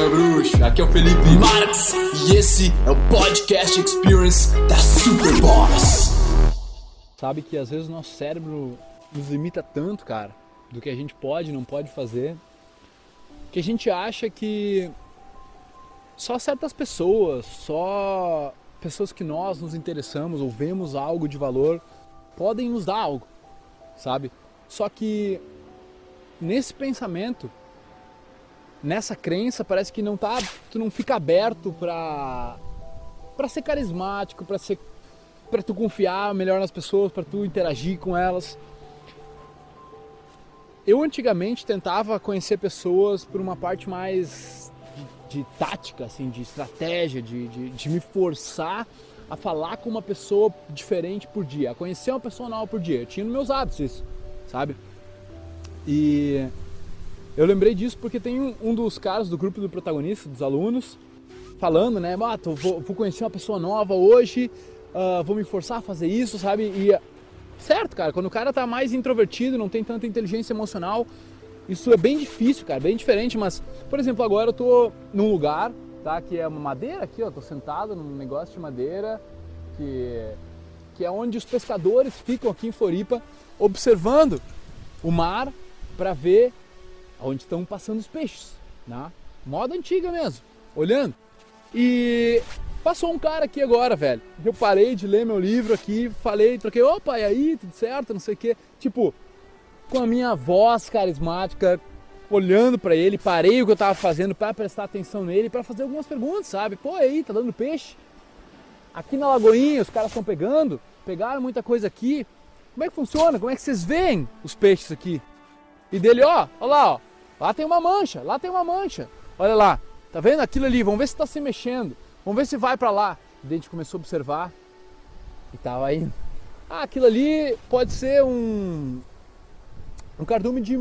meu bruxo, aqui é o Felipe Marx e esse é o Podcast Experience da Superboss. Sabe que às vezes o nosso cérebro nos limita tanto, cara, do que a gente pode e não pode fazer, que a gente acha que só certas pessoas, só pessoas que nós nos interessamos ou vemos algo de valor podem nos dar algo, sabe? Só que nesse pensamento, nessa crença, parece que tu não fica aberto pra ser carismático, pra tu confiar melhor nas pessoas, pra tu interagir com elas. Eu antigamente tentava conhecer pessoas por uma parte mais de tática, assim, de estratégia, de me forçar a falar com uma pessoa diferente por dia, a conhecer uma pessoa nova por dia. Eu tinha nos meus hábitos isso, sabe? E eu lembrei disso porque tem um dos caras do grupo do protagonista, dos alunos, falando, né? Vou conhecer uma pessoa nova hoje, vou me forçar a fazer isso, sabe? E certo, cara, quando o cara tá mais introvertido, não tem tanta inteligência emocional, isso é bem difícil, cara, bem diferente. Mas, por exemplo, agora eu tô num lugar, tá? Que é uma madeira aqui, ó, tô sentado num negócio de madeira, que é onde os pescadores ficam aqui em Floripa, observando o mar para ver onde estão passando os peixes, né? Moda antiga mesmo, olhando. E passou um cara aqui agora, velho. Eu parei de ler meu livro aqui, falei, troquei, opa, e aí, tudo certo, não sei o quê. Tipo, com a minha voz carismática, olhando pra ele, parei o que eu tava fazendo pra prestar atenção nele, pra fazer algumas perguntas, sabe? Pô, e aí, tá dando peixe? Aqui na Lagoinha, os caras estão pegaram muita coisa aqui. Como é que funciona? Como é que vocês veem os peixes aqui? E dele, ó lá, ó. Lá tem uma mancha, olha lá, tá vendo aquilo ali? Vamos ver se tá se mexendo, vamos ver se vai pra lá. E daí a gente começou a observar e tava indo. Aquilo ali pode ser um cardume de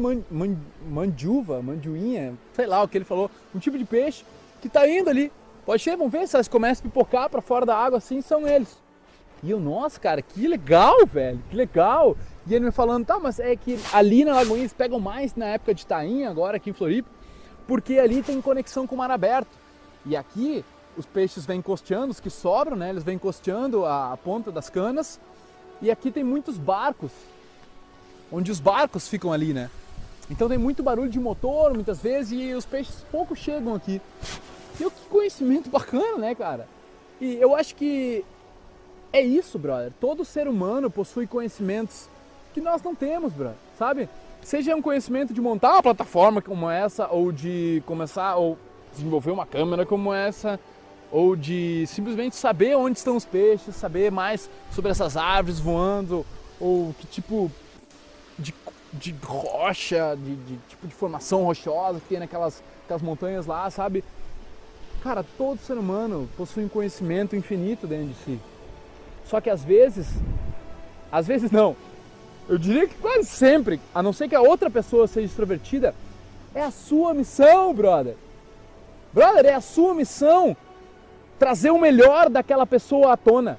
manduinha, sei lá o que ele falou, um tipo de peixe que tá indo ali. Pode ser, vamos ver se elas começam a pipocar pra fora da água assim, são eles. E eu, nossa, cara, que legal, velho, que legal. E ele me falando, tá, mas é que ali na Lagoinha eles pegam mais na época de tainha, agora aqui em Floripa, porque ali tem conexão com o mar aberto. E aqui os peixes vêm costeando, os que sobram, né, eles vêm costeando a ponta das canas. E aqui tem muitos barcos, onde os barcos ficam ali, né. Então tem muito barulho de motor, muitas vezes, e os peixes pouco chegam aqui. E que conhecimento bacana, né, cara? E eu acho que é isso, brother. Todo ser humano possui conhecimentos que nós não temos, brother, sabe? Seja um conhecimento de montar uma plataforma como essa, ou de começar, ou desenvolver uma câmera como essa, ou de simplesmente saber onde estão os peixes, saber mais sobre essas árvores voando, ou que tipo de rocha, de tipo de formação rochosa que tem naquelas montanhas lá, sabe? Cara, todo ser humano possui um conhecimento infinito dentro de si. Só que às vezes não, eu diria que quase sempre, a não ser que a outra pessoa seja extrovertida, é a sua missão, brother. Brother, é a sua missão trazer o melhor daquela pessoa à tona.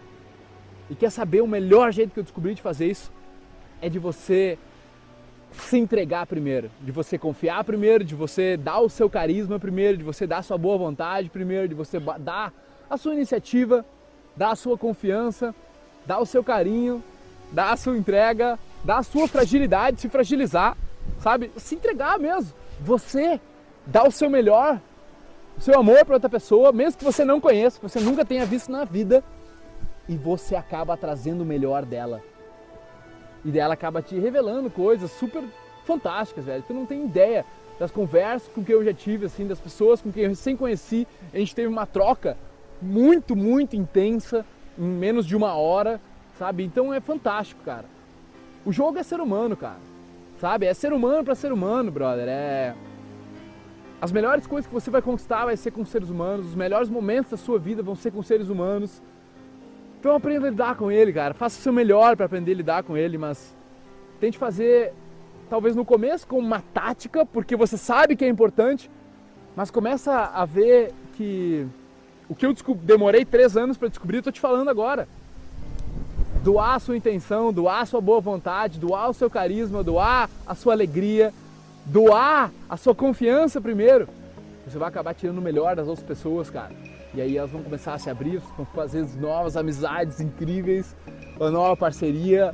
E quer saber o melhor jeito que eu descobri de fazer isso? É de você se entregar primeiro, de você confiar primeiro, de você dar o seu carisma primeiro, de você dar a sua boa vontade primeiro, de você dar a sua iniciativa, dar a sua confiança, dar o seu carinho, dar a sua entrega, dar a sua fragilidade, se fragilizar, sabe? Se entregar mesmo. Você dá o seu melhor, o seu amor para outra pessoa, mesmo que você não conheça, que você nunca tenha visto na vida, e você acaba trazendo o melhor dela. E dela acaba te revelando coisas super fantásticas, velho. Tu não tem ideia das conversas com quem eu já tive, assim, das pessoas com quem eu recém conheci. A gente teve uma troca muito, muito intensa em menos de uma hora, sabe? Então é fantástico, cara. O jogo é ser humano, cara, sabe? É ser humano pra ser humano, brother. As melhores coisas que você vai conquistar vai ser com seres humanos, os melhores momentos da sua vida vão ser com seres humanos. Então aprenda a lidar com ele, cara. Faça o seu melhor para aprender a lidar com ele, mas tente fazer, talvez no começo, com uma tática, porque você sabe que é importante, mas começa a ver que o que eu demorei 3 anos para descobrir, eu tô te falando agora. Doar a sua intenção, doar a sua boa vontade, doar o seu carisma, doar a sua alegria, doar a sua confiança primeiro. você vai acabar tirando o melhor das outras pessoas, cara. E aí elas vão começar a se abrir, vão fazer novas amizades incríveis, uma nova parceria.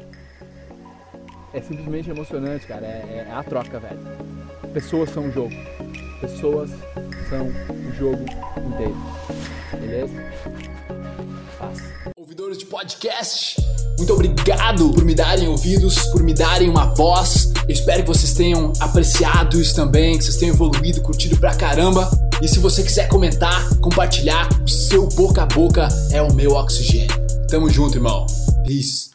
É simplesmente emocionante, cara. É a troca, velho. Pessoas são o jogo. Pessoas são o jogo inteiro. Beleza? Paz. Ouvidores de podcast, muito obrigado por me darem ouvidos, por me darem uma voz. Eu espero que vocês tenham apreciado isso também, que vocês tenham evoluído, curtido pra caramba. E se você quiser comentar, compartilhar, o seu boca a boca é o meu oxigênio. Tamo junto, irmão. Peace.